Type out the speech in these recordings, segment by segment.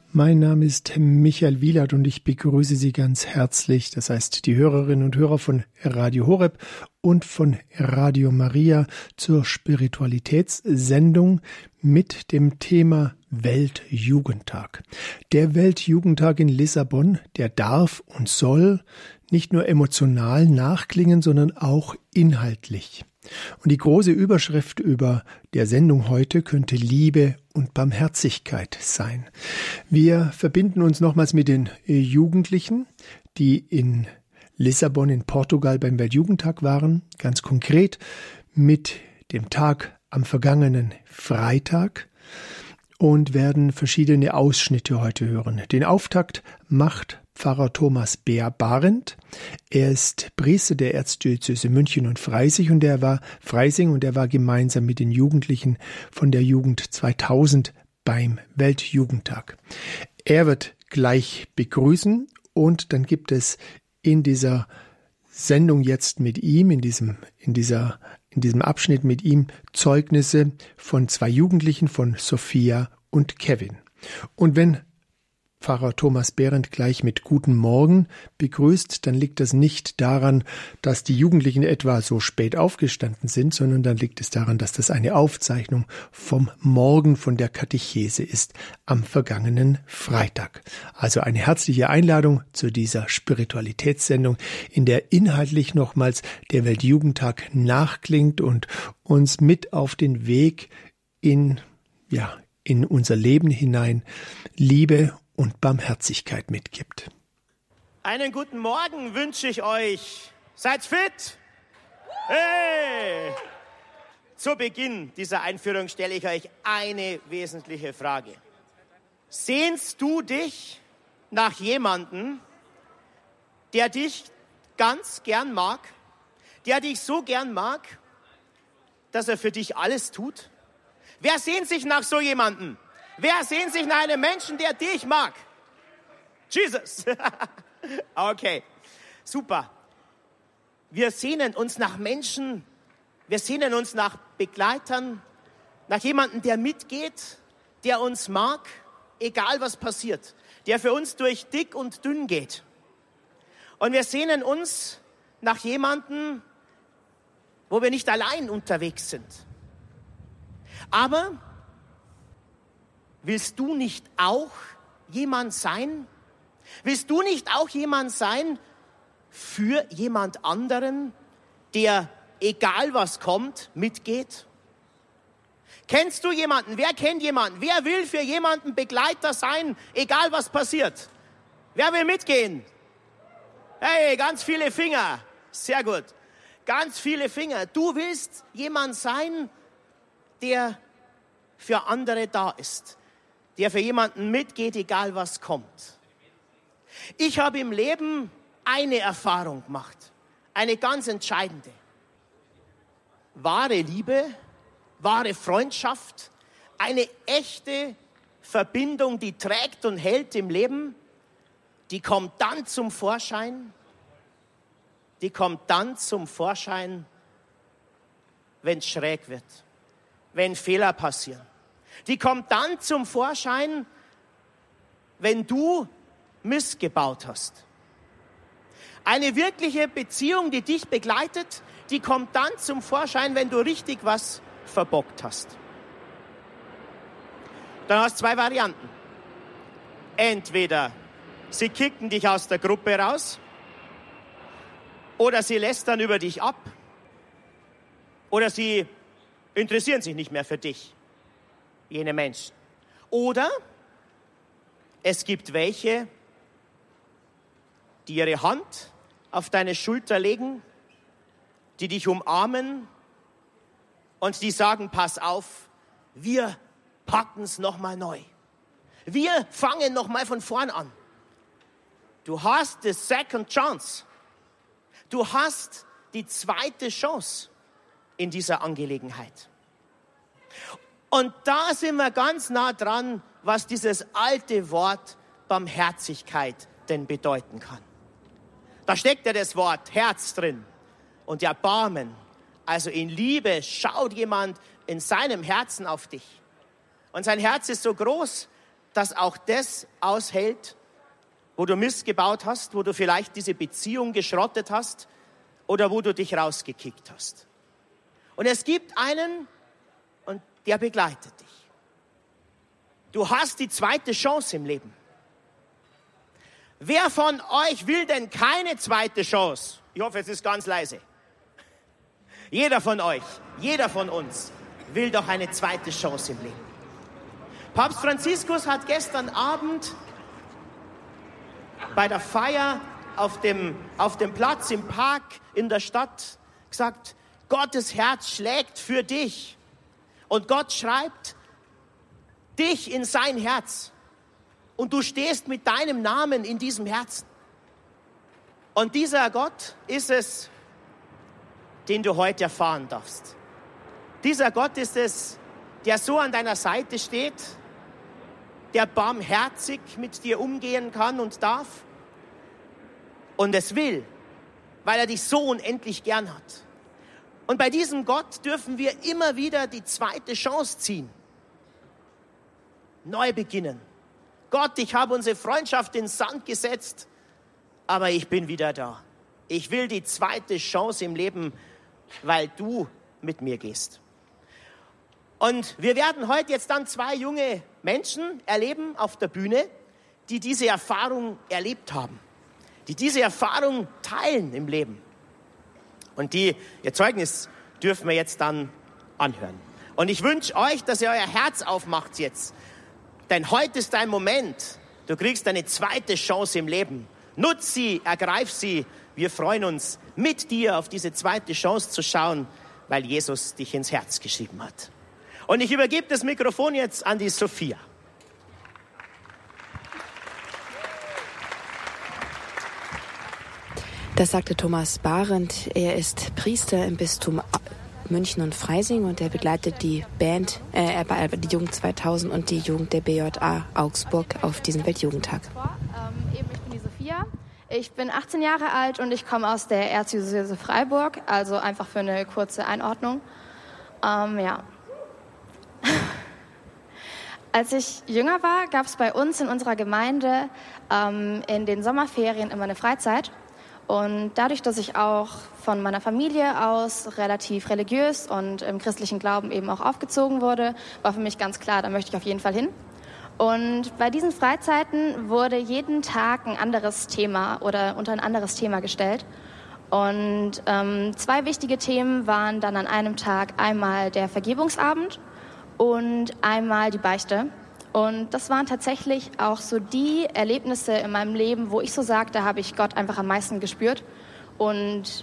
Mein Name ist Michael Wielert und ich begrüße Sie ganz herzlich, das heißt die Hörerinnen und Hörer von Radio Horeb und von Radio Maria zur Spiritualitätssendung mit dem Thema Weltjugendtag. Der Weltjugendtag in Lissabon, der darf und soll nicht nur emotional nachklingen, sondern auch inhaltlich. Und die große Überschrift über der Sendung heute könnte Liebe und Barmherzigkeit sein. Wir verbinden uns nochmals mit den Jugendlichen, die in Lissabon in Portugal beim Weltjugendtag waren, ganz konkret mit dem Tag am vergangenen Freitag und werden verschiedene Ausschnitte heute hören. Den Auftakt macht Pfarrer Thomas Beer-Barend. Er ist Priester der Erzdiözese München und Freising und er war gemeinsam mit den Jugendlichen von der Jugend 2000 beim Weltjugendtag. Er wird gleich begrüßen und dann gibt es in dieser Sendung jetzt mit ihm, in diesem Abschnitt mit ihm Zeugnisse von zwei Jugendlichen, von Sophia und Kevin. Und wenn Pfarrer Thomas Behrendt gleich mit Guten Morgen begrüßt, dann liegt das nicht daran, dass die Jugendlichen etwa so spät aufgestanden sind, sondern dann liegt es daran, dass das eine Aufzeichnung vom Morgen von der Katechese ist am vergangenen Freitag. Also eine herzliche Einladung zu dieser Spiritualitätssendung, in der inhaltlich nochmals der Weltjugendtag nachklingt und uns mit auf den Weg in unser Leben hinein Liebe und Barmherzigkeit mitgibt. Einen guten Morgen wünsche ich euch. Seid fit? Hey! Zu Beginn dieser Einführung stelle ich euch eine wesentliche Frage. Sehnst du dich nach jemandem, der dich ganz gern mag, der dich so gern mag, dass er für dich alles tut? Wer sehnt sich nach so jemandem? Wer sehnt sich nach einem Menschen, der dich mag? Jesus. Okay, super. Wir sehnen uns nach Menschen, wir sehnen uns nach Begleitern, nach jemandem, der mitgeht, der uns mag, egal was passiert, der für uns durch dick und dünn geht. Und wir sehnen uns nach jemandem, wo wir nicht allein unterwegs sind. Aber willst du nicht auch jemand sein? Willst du nicht auch jemand sein für jemand anderen, der, egal was kommt, mitgeht? Kennst du jemanden? Wer kennt jemanden? Wer will für jemanden Begleiter sein, egal was passiert? Wer will mitgehen? Hey, ganz viele Finger. Sehr gut. Ganz viele Finger. Du willst jemand sein, der für andere da ist, der für jemanden mitgeht, egal was kommt. Ich habe im Leben eine Erfahrung gemacht, eine ganz entscheidende. Wahre Liebe, wahre Freundschaft, eine echte Verbindung, die trägt und hält im Leben, die kommt dann zum Vorschein, wenn es schräg wird, wenn Fehler passieren. Die kommt dann zum Vorschein, wenn du missgebaut hast. Eine wirkliche Beziehung, die dich begleitet, die kommt dann zum Vorschein, wenn du richtig was verbockt hast. Dann hast du zwei Varianten. Entweder sie kicken dich aus der Gruppe raus oder sie lästern über dich ab oder sie interessieren sich nicht mehr für dich, jene Menschen. Oder es gibt welche, die ihre Hand auf deine Schulter legen, die dich umarmen und die sagen, pass auf, wir packen es nochmal neu. Wir fangen nochmal von vorn an. Du hast die second chance. Du hast die zweite Chance in dieser Angelegenheit. Und da sind wir ganz nah dran, was dieses alte Wort Barmherzigkeit denn bedeuten kann. Da steckt ja das Wort Herz drin und Erbarmen. Also in Liebe schaut jemand in seinem Herzen auf dich. Und sein Herz ist so groß, das auch das aushält, wo du Mist gebaut hast, wo du vielleicht diese Beziehung geschrottet hast oder wo du dich rausgekickt hast. Und es gibt einen, und der begleitet dich. Du hast die zweite Chance im Leben. Wer von euch will denn keine zweite Chance? Ich hoffe, es ist ganz leise. Jeder von euch, jeder von uns will doch eine zweite Chance im Leben. Papst Franziskus hat gestern Abend bei der Feier auf dem Platz im Park in der Stadt gesagt, Gottes Herz schlägt für dich. Und Gott schreibt dich in sein Herz. Und du stehst mit deinem Namen in diesem Herzen. Und dieser Gott ist es, den du heute erfahren darfst. Dieser Gott ist es, der so an deiner Seite steht, der barmherzig mit dir umgehen kann und darf und es will, weil er dich so unendlich gern hat. Und bei diesem Gott dürfen wir immer wieder die zweite Chance ziehen. Neu beginnen. Gott, ich habe unsere Freundschaft in den Sand gesetzt, aber ich bin wieder da. Ich will die zweite Chance im Leben, weil du mit mir gehst. Und wir werden heute jetzt dann 2 junge Menschen erleben auf der Bühne, die diese Erfahrung erlebt haben, die diese Erfahrung teilen im Leben. Und ihr Zeugnis dürfen wir jetzt dann anhören. Und ich wünsche euch, dass ihr euer Herz aufmacht jetzt. Denn heute ist dein Moment. Du kriegst eine zweite Chance im Leben. Nutz sie, ergreif sie. Wir freuen uns, mit dir auf diese zweite Chance zu schauen, weil Jesus dich ins Herz geschrieben hat. Und ich übergebe das Mikrofon jetzt an die Sophia. Das sagte Thomas Behrendt. Er ist Priester im Bistum München und Freising und er begleitet die Band, die Jugend 2000 und die Jugend der BJA Augsburg auf diesem Weltjugendtag. Ich bin die Sophia. Ich bin 18 Jahre alt und ich komme aus der Erzdiözese Freiburg, also einfach für eine kurze Einordnung. Als ich jünger war, gab es bei uns in unserer Gemeinde in den Sommerferien immer eine Freizeit. Und dadurch, dass ich auch von meiner Familie aus relativ religiös und im christlichen Glauben eben auch aufgezogen wurde, war für mich ganz klar, da möchte ich auf jeden Fall hin. Und bei diesen Freizeiten wurde jeden Tag ein anderes Thema oder unter ein anderes Thema gestellt. Und 2 wichtige Themen waren dann an einem Tag einmal der Vergebungsabend und einmal die Beichte. Und das waren tatsächlich auch so die Erlebnisse in meinem Leben, wo ich so sage, da habe ich Gott einfach am meisten gespürt. Und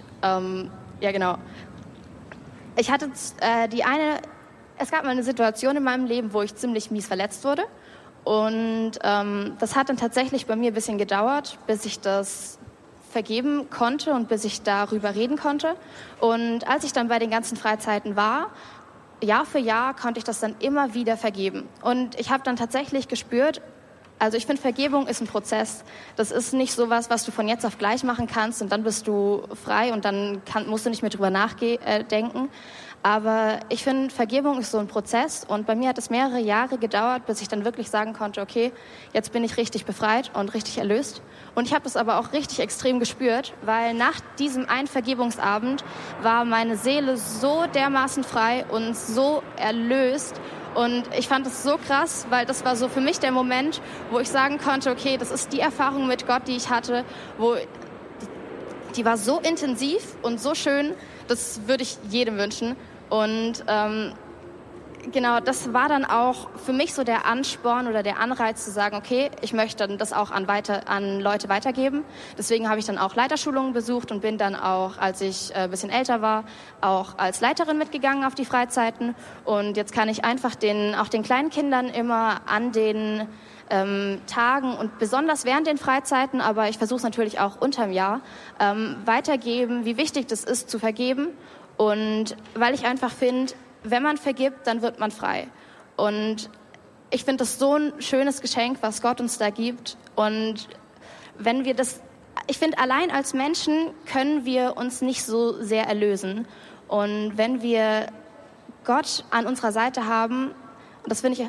ich hatte es gab mal eine Situation in meinem Leben, wo ich ziemlich mies verletzt wurde. Und das hat dann tatsächlich bei mir ein bisschen gedauert, bis ich das vergeben konnte und bis ich darüber reden konnte. Und als ich dann bei den ganzen Freizeiten war, Jahr für Jahr konnte ich das dann immer wieder vergeben. Und ich habe dann tatsächlich gespürt, also ich finde, Vergebung ist ein Prozess. Das ist nicht sowas, was du von jetzt auf gleich machen kannst und dann bist du frei und dann musst du nicht mehr drüber nachdenken. Aber ich finde, Vergebung ist so ein Prozess und bei mir hat es mehrere Jahre gedauert, bis ich dann wirklich sagen konnte, okay, jetzt bin ich richtig befreit und richtig erlöst. Und ich habe das aber auch richtig extrem gespürt, weil nach diesem einen Vergebungsabend war meine Seele so dermaßen frei und so erlöst. Und ich fand das so krass, weil das war so für mich der Moment, wo ich sagen konnte, okay, das ist die Erfahrung mit Gott, die ich hatte, die war so intensiv und so schön, das würde ich jedem wünschen. Und genau, das war dann auch für mich so der Ansporn oder der Anreiz zu sagen, okay, ich möchte das auch an Leute weitergeben. Deswegen habe ich dann auch Leiterschulungen besucht und bin dann auch, als ich ein bisschen älter war, auch als Leiterin mitgegangen auf die Freizeiten. Und jetzt kann ich einfach auch den kleinen Kindern immer an den Tagen und besonders während den Freizeiten, aber ich versuche es natürlich auch unterm Jahr, weitergeben, wie wichtig das ist, zu vergeben. Und weil ich einfach finde, wenn man vergibt, dann wird man frei. Und ich finde das so ein schönes Geschenk, was Gott uns da gibt. Und wenn wir ich finde, allein als Menschen können wir uns nicht so sehr erlösen. Und wenn wir Gott an unserer Seite haben, und das finde ich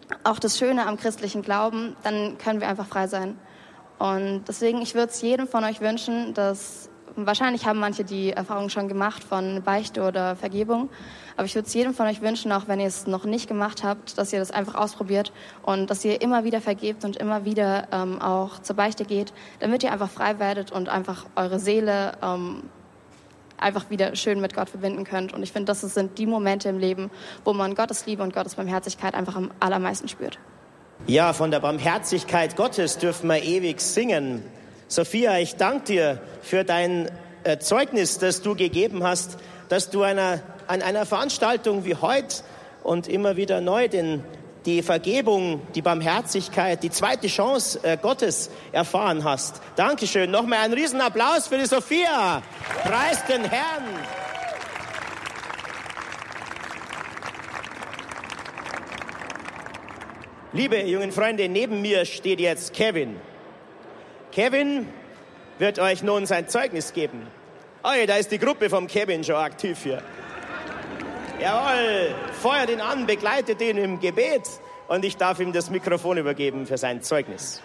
auch das Schöne am christlichen Glauben, dann können wir einfach frei sein. Und deswegen, ich würde es jedem von euch wünschen, dass, wahrscheinlich haben manche die Erfahrung schon gemacht von Beichte oder Vergebung, aber ich würde es jedem von euch wünschen, auch wenn ihr es noch nicht gemacht habt, dass ihr das einfach ausprobiert und dass ihr immer wieder vergebt und immer wieder auch zur Beichte geht, damit ihr einfach frei werdet und einfach eure Seele einfach wieder schön mit Gott verbinden könnt. Und ich finde, das sind die Momente im Leben, wo man Gottes Liebe und Gottes Barmherzigkeit einfach am allermeisten spürt. Ja, von der Barmherzigkeit Gottes dürfen wir ewig singen. Sophia, ich danke dir für dein Zeugnis, das du gegeben hast, dass du an einer Veranstaltung wie heute und immer wieder neu die Vergebung, die Barmherzigkeit, die zweite Chance Gottes erfahren hast. Dankeschön. Nochmal einen riesen Applaus für die Sophia. Preis den Herrn. Liebe jungen Freunde, neben mir steht jetzt Kevin. Kevin wird euch nun sein Zeugnis geben. Oh, da ist die Gruppe vom Kevin schon aktiv hier. Jawohl, feuert ihn an, begleitet ihn im Gebet und ich darf ihm das Mikrofon übergeben für sein Zeugnis.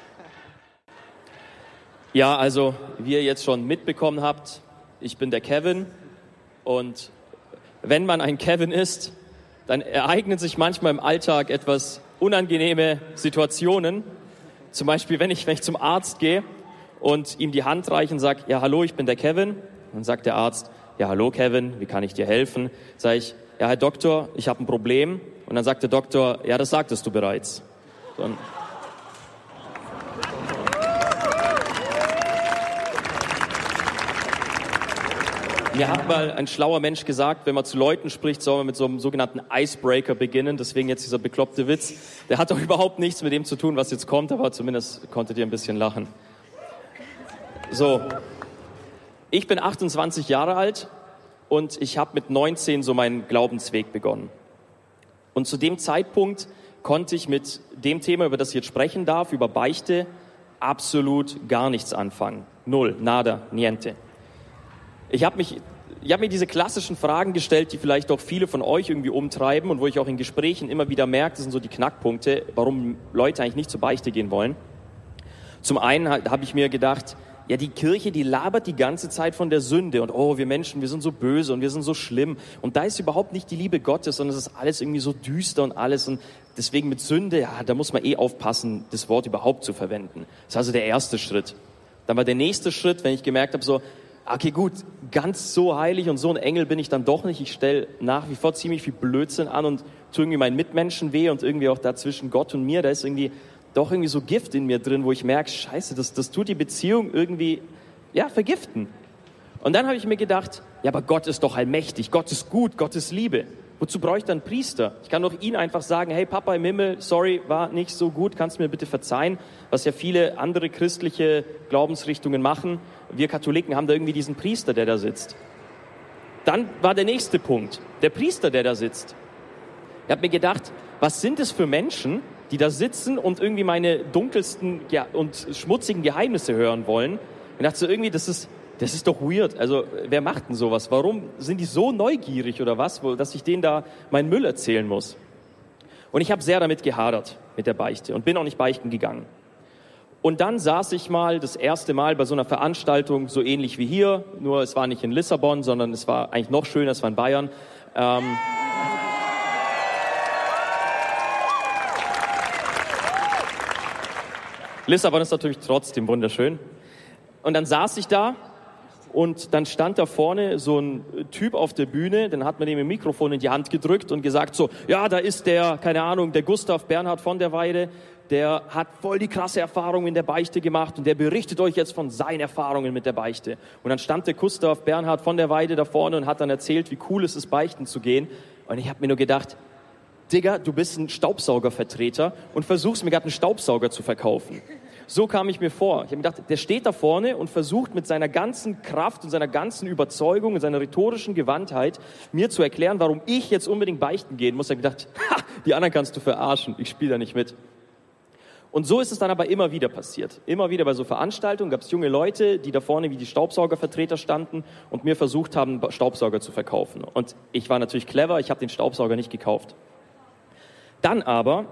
Ja, also wie ihr jetzt schon mitbekommen habt, ich bin der Kevin und wenn man ein Kevin ist, dann ereignen sich manchmal im Alltag etwas unangenehme Situationen. Zum Beispiel, wenn ich zum Arzt gehe und ihm die Hand reiche und sage, ja, hallo, ich bin der Kevin. Dann sagt der Arzt, ja, hallo Kevin, wie kann ich dir helfen? Sage ich, ja, Herr Doktor, ich habe ein Problem. Und dann sagt der Doktor, ja, das sagtest du bereits. Dann Mir hat mal ein schlauer Mensch gesagt, wenn man zu Leuten spricht, soll man mit so einem sogenannten Icebreaker beginnen. Deswegen jetzt dieser bekloppte Witz. Der hat doch überhaupt nichts mit dem zu tun, was jetzt kommt, aber zumindest konntet ihr ein bisschen lachen. So, ich bin 28 Jahre alt und ich habe mit 19 so meinen Glaubensweg begonnen. Und zu dem Zeitpunkt konnte ich mit dem Thema, über das ich jetzt sprechen darf, über Beichte, absolut gar nichts anfangen. Null, nada, niente. Ich habe mir diese klassischen Fragen gestellt, die vielleicht auch viele von euch irgendwie umtreiben und wo ich auch in Gesprächen immer wieder merke, das sind so die Knackpunkte, warum Leute eigentlich nicht zur Beichte gehen wollen. Zum einen habe ich mir gedacht, ja, die Kirche, die labert die ganze Zeit von der Sünde und oh, wir Menschen, wir sind so böse und wir sind so schlimm und da ist überhaupt nicht die Liebe Gottes, sondern es ist alles irgendwie so düster und alles und deswegen mit Sünde, ja, da muss man aufpassen, das Wort überhaupt zu verwenden. Das war also der erste Schritt. Dann war der nächste Schritt, wenn ich gemerkt habe, so, okay, gut, ganz so heilig und so ein Engel bin ich dann doch nicht. Ich stelle nach wie vor ziemlich viel Blödsinn an und tue irgendwie meinen Mitmenschen weh und irgendwie auch da zwischen Gott und mir, da ist irgendwie doch irgendwie so Gift in mir drin, wo ich merke, scheiße, das tut die Beziehung irgendwie, ja, vergiften. Und dann habe ich mir gedacht, ja, aber Gott ist doch allmächtig, Gott ist gut, Gott ist Liebe. Wozu brauche ich dann Priester? Ich kann doch ihn einfach sagen, hey Papa im Himmel, sorry, war nicht so gut, kannst du mir bitte verzeihen? Was ja viele andere christliche Glaubensrichtungen machen. Wir Katholiken haben da irgendwie diesen Priester, der da sitzt. Dann war der nächste Punkt, der Priester, der da sitzt. Ich habe mir gedacht, was sind es für Menschen, die da sitzen und irgendwie meine dunkelsten und schmutzigen Geheimnisse hören wollen? Ich dachte so irgendwie, das ist doch weird. Also wer macht denn sowas? Warum sind die so neugierig oder was, dass ich denen da meinen Müll erzählen muss? Und ich habe sehr damit gehadert, mit der Beichte und bin auch nicht beichten gegangen. Und dann saß ich mal das erste Mal bei so einer Veranstaltung, so ähnlich wie hier, nur es war nicht in Lissabon, sondern es war eigentlich noch schöner, es war in Bayern. Lissabon ist natürlich trotzdem wunderschön. Und dann saß ich da und dann stand da vorne so ein Typ auf der Bühne, dann hat man ihm ein Mikrofon in die Hand gedrückt und gesagt so, ja, da ist der, keine Ahnung, der Gustav Bernhard von der Weide, der hat voll die krasse Erfahrung in der Beichte gemacht und der berichtet euch jetzt von seinen Erfahrungen mit der Beichte. Und dann stand der Gustav Bernhard von der Weide da vorne und hat dann erzählt, wie cool es ist, beichten zu gehen. Und ich habe mir nur gedacht, Digga, du bist ein Staubsaugervertreter und versuchst mir gerade einen Staubsauger zu verkaufen. So kam ich mir vor. Ich habe mir gedacht, der steht da vorne und versucht mit seiner ganzen Kraft und seiner ganzen Überzeugung und seiner rhetorischen Gewandtheit mir zu erklären, warum ich jetzt unbedingt beichten gehen muss. Ich habe gedacht, die anderen kannst du verarschen, ich spiele da nicht mit. Und so ist es dann aber immer wieder passiert. Immer wieder bei so Veranstaltungen gab es junge Leute, die da vorne wie die Staubsaugervertreter standen und mir versucht haben, Staubsauger zu verkaufen. Und ich war natürlich clever, ich habe den Staubsauger nicht gekauft. Dann aber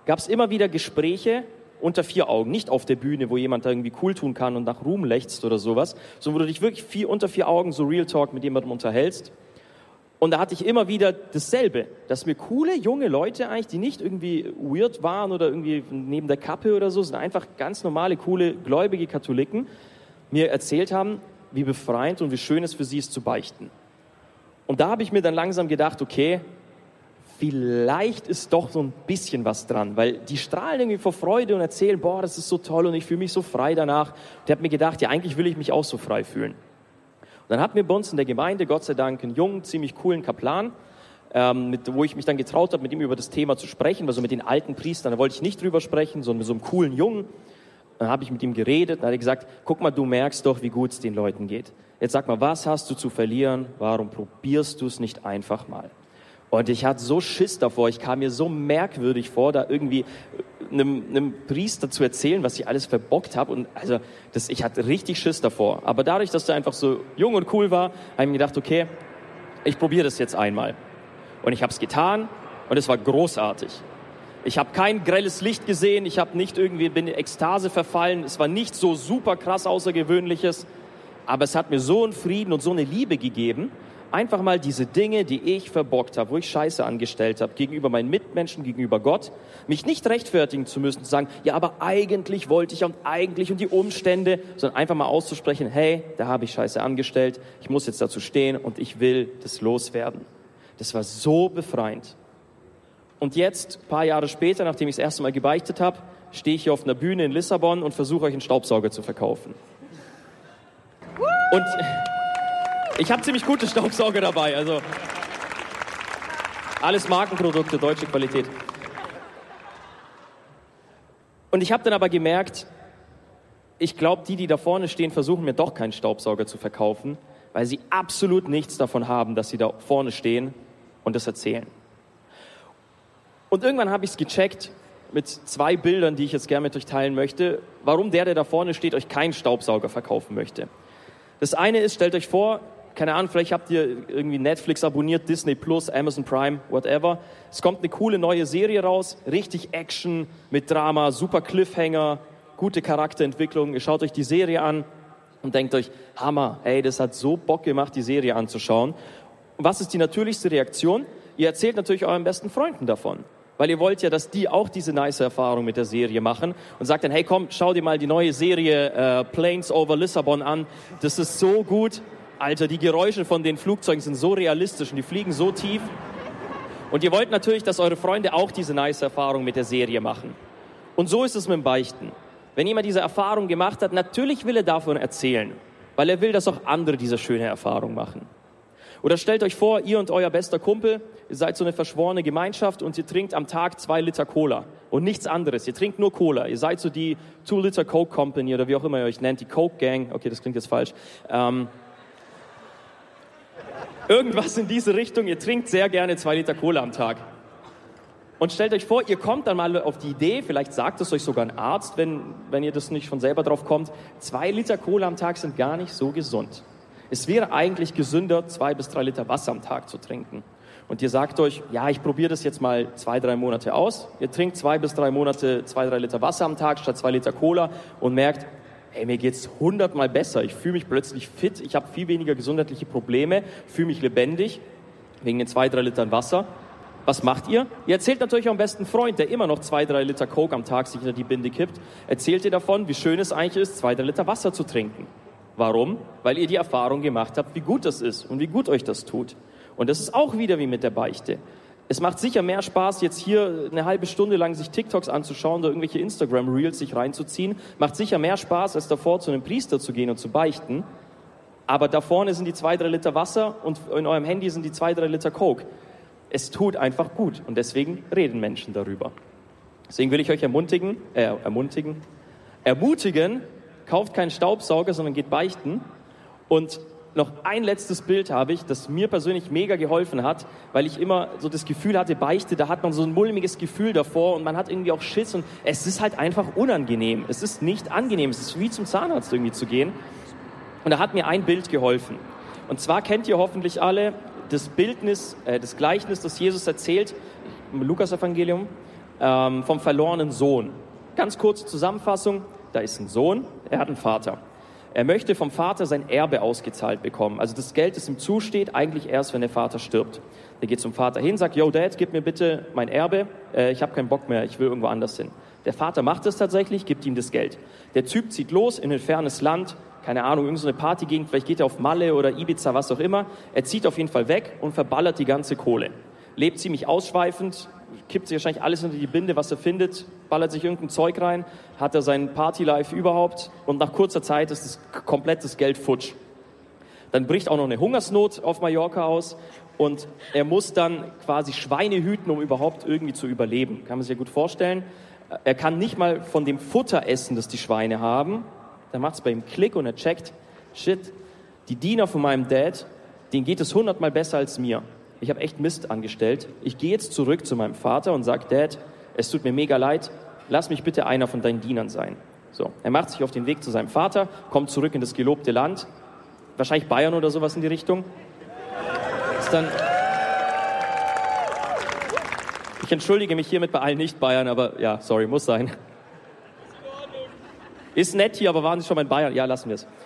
gab es immer wieder Gespräche unter 4 Augen, nicht auf der Bühne, wo jemand da irgendwie cool tun kann und nach Ruhm lechzt oder sowas, sondern wo du dich wirklich unter 4 Augen so Real Talk mit jemandem unterhältst. Und da hatte ich immer wieder dasselbe, dass mir coole, junge Leute eigentlich, die nicht irgendwie weird waren oder irgendwie neben der Kappe oder so, sondern einfach ganz normale, coole, gläubige Katholiken, mir erzählt haben, wie befreiend und wie schön es für sie ist zu beichten. Und da habe ich mir dann langsam gedacht, okay, vielleicht ist doch so ein bisschen was dran, weil die strahlen irgendwie vor Freude und erzählen, boah, das ist so toll und ich fühle mich so frei danach. Und ich habe mir gedacht, ja, eigentlich will ich mich auch so frei fühlen. Und dann hatten wir bei uns in der Gemeinde, Gott sei Dank, einen jungen, ziemlich coolen Kaplan, wo ich mich dann getraut habe, mit ihm über das Thema zu sprechen, weil so mit den alten Priestern, da wollte ich nicht drüber sprechen, sondern mit so einem coolen Jungen. Dann habe ich mit ihm geredet, dann hat er gesagt, guck mal, du merkst doch, wie gut es den Leuten geht. Jetzt sag mal, was hast du zu verlieren? Warum probierst du es nicht einfach mal? Und ich hatte so Schiss davor, ich kam mir so merkwürdig vor, da irgendwie einem Priester zu erzählen, was ich alles verbockt habe. Und also ich hatte richtig Schiss davor. Aber dadurch, dass er einfach so jung und cool war, habe ich mir gedacht, okay, ich probiere das jetzt einmal. Und ich habe es getan und es war großartig. Ich habe kein grelles Licht gesehen, ich habe nicht irgendwie bin in Ekstase verfallen. Es war nicht so super krass Außergewöhnliches, aber es hat mir so einen Frieden und so eine Liebe gegeben. Einfach mal diese Dinge, die ich verbockt habe, wo ich Scheiße angestellt habe, gegenüber meinen Mitmenschen, gegenüber Gott, mich nicht rechtfertigen zu müssen, zu sagen, ja, aber eigentlich wollte ich und eigentlich und die Umstände, sondern einfach mal auszusprechen, hey, da habe ich Scheiße angestellt, ich muss jetzt dazu stehen und ich will das loswerden. Das war so befreiend. Und jetzt, ein paar Jahre später, nachdem ich das erste Mal gebeichtet habe, stehe ich hier auf einer Bühne in Lissabon und versuche euch einen Staubsauger zu verkaufen. Und ich habe ziemlich gute Staubsauger dabei, also alles Markenprodukte, deutsche Qualität. Und ich habe dann aber gemerkt, ich glaube, die da vorne stehen, versuchen mir doch keinen Staubsauger zu verkaufen, weil sie absolut nichts davon haben, dass sie da vorne stehen und das erzählen. Und irgendwann habe ich es gecheckt mit 2 Bildern, die ich jetzt gerne mit euch teilen möchte, warum der da vorne steht, euch keinen Staubsauger verkaufen möchte. Das eine ist, stellt euch vor, keine Ahnung, vielleicht habt ihr irgendwie Netflix abonniert, Disney Plus, Amazon Prime, whatever. Es kommt eine coole neue Serie raus, richtig Action mit Drama, super Cliffhanger, gute Charakterentwicklung. Ihr schaut euch die Serie an und denkt euch, Hammer, ey, das hat so Bock gemacht, die Serie anzuschauen. Und was ist die natürlichste Reaktion? Ihr erzählt natürlich euren besten Freunden davon. Weil ihr wollt ja, dass die auch diese nice Erfahrung mit der Serie machen und sagt dann, hey komm, schau dir mal die neue Serie Planes over Lissabon an. Das ist so gut. Alter, die Geräusche von den Flugzeugen sind so realistisch und die fliegen so tief. Und ihr wollt natürlich, dass eure Freunde auch diese nice Erfahrung mit der Serie machen. Und so ist es mit dem Beichten. Wenn jemand diese Erfahrung gemacht hat, natürlich will er davon erzählen, weil er will, dass auch andere diese schöne Erfahrung machen. Oder stellt euch vor, ihr und euer bester Kumpel, ihr seid so eine verschworene Gemeinschaft und ihr trinkt am Tag 2 Liter Cola und nichts anderes. Ihr trinkt nur Cola. Ihr seid so die 2 Liter Coke Company oder wie auch immer ihr euch nennt, die Coke Gang. Okay, das klingt jetzt falsch. Irgendwas in diese Richtung. Ihr trinkt sehr gerne 2 Liter Cola am Tag. Und stellt euch vor, ihr kommt dann mal auf die Idee, vielleicht sagt es euch sogar ein Arzt, wenn ihr das nicht von selber drauf kommt, 2 Liter Cola am Tag sind gar nicht so gesund. Es wäre eigentlich gesünder, 2 bis 3 Liter Wasser am Tag zu trinken. Und ihr sagt euch, ja, ich probiere das jetzt mal 2, 3 Monate aus. Ihr trinkt 2 bis 3 Monate 2, 3 Liter Wasser am Tag statt 2 Liter Cola und merkt, hey, mir geht's 100-mal besser. Ich fühle mich plötzlich fit, ich habe viel weniger gesundheitliche Probleme, fühle mich lebendig wegen den 2, 3 Litern Wasser. Was macht ihr? Ihr erzählt natürlich eurem besten Freund, der immer noch 2, 3 Liter Coke am Tag sich hinter die Binde kippt, erzählt ihr davon, wie schön es eigentlich ist, 2, 3 Liter Wasser zu trinken. Warum? Weil ihr die Erfahrung gemacht habt, wie gut das ist und wie gut euch das tut. Und das ist auch wieder wie mit der Beichte. Es macht sicher mehr Spaß, jetzt hier eine halbe Stunde lang sich TikToks anzuschauen oder irgendwelche Instagram-Reels sich reinzuziehen. Macht sicher mehr Spaß, als davor zu einem Priester zu gehen und zu beichten. Aber da vorne sind die 2, 3 Liter Wasser und in eurem Handy sind die 2, 3 Liter Coke. Es tut einfach gut und deswegen reden Menschen darüber. Deswegen will ich euch ermutigen, kauft keinen Staubsauger, sondern geht beichten. Und noch ein letztes Bild habe ich, das mir persönlich mega geholfen hat, weil ich immer so das Gefühl hatte, Beichte, da hat man so ein mulmiges Gefühl davor und man hat irgendwie auch Schiss und es ist halt einfach unangenehm. Es ist nicht angenehm, es ist wie zum Zahnarzt irgendwie zu gehen. Und da hat mir ein Bild geholfen. Und zwar kennt ihr hoffentlich alle das Gleichnis, das Jesus erzählt im Lukas-Evangelium, vom verlorenen Sohn. Ganz kurze Zusammenfassung, da ist ein Sohn, er hat einen Vater. Er möchte vom Vater sein Erbe ausgezahlt bekommen. Also das Geld, das ihm zusteht, eigentlich erst, wenn der Vater stirbt. Der geht zum Vater hin, sagt, yo Dad, gib mir bitte mein Erbe, ich habe keinen Bock mehr, ich will irgendwo anders hin. Der Vater macht es tatsächlich, gibt ihm das Geld. Der Typ zieht los in ein fernes Land, keine Ahnung, irgendeine Partygegend, vielleicht geht er auf Malle oder Ibiza, was auch immer. Er zieht auf jeden Fall weg und verballert die ganze Kohle. Lebt ziemlich ausschweifend, kippt sich wahrscheinlich alles unter die Binde, was er findet, ballert sich irgendein Zeug rein, hat er sein Partylife überhaupt und nach kurzer Zeit ist das komplettes Geld futsch. Dann bricht auch noch eine Hungersnot auf Mallorca aus und er muss dann quasi Schweine hüten, um überhaupt irgendwie zu überleben. Kann man sich ja gut vorstellen. Er kann nicht mal von dem Futter essen, das die Schweine haben. Dann macht es bei ihm Klick und er checkt, shit, die Diener von meinem Dad, denen geht es 100-mal besser als mir. Ich habe echt Mist angestellt. Ich gehe jetzt zurück zu meinem Vater und sage, Dad, es tut mir mega leid, lass mich bitte einer von deinen Dienern sein. So, er macht sich auf den Weg zu seinem Vater, kommt zurück in das gelobte Land, wahrscheinlich Bayern oder sowas in die Richtung. Ist dann... Ich entschuldige mich hiermit bei allen Nicht-Bayern, aber ja, sorry, muss sein. Ist nett hier, aber waren Sie schon mal in Bayern? Ja, lassen wir es.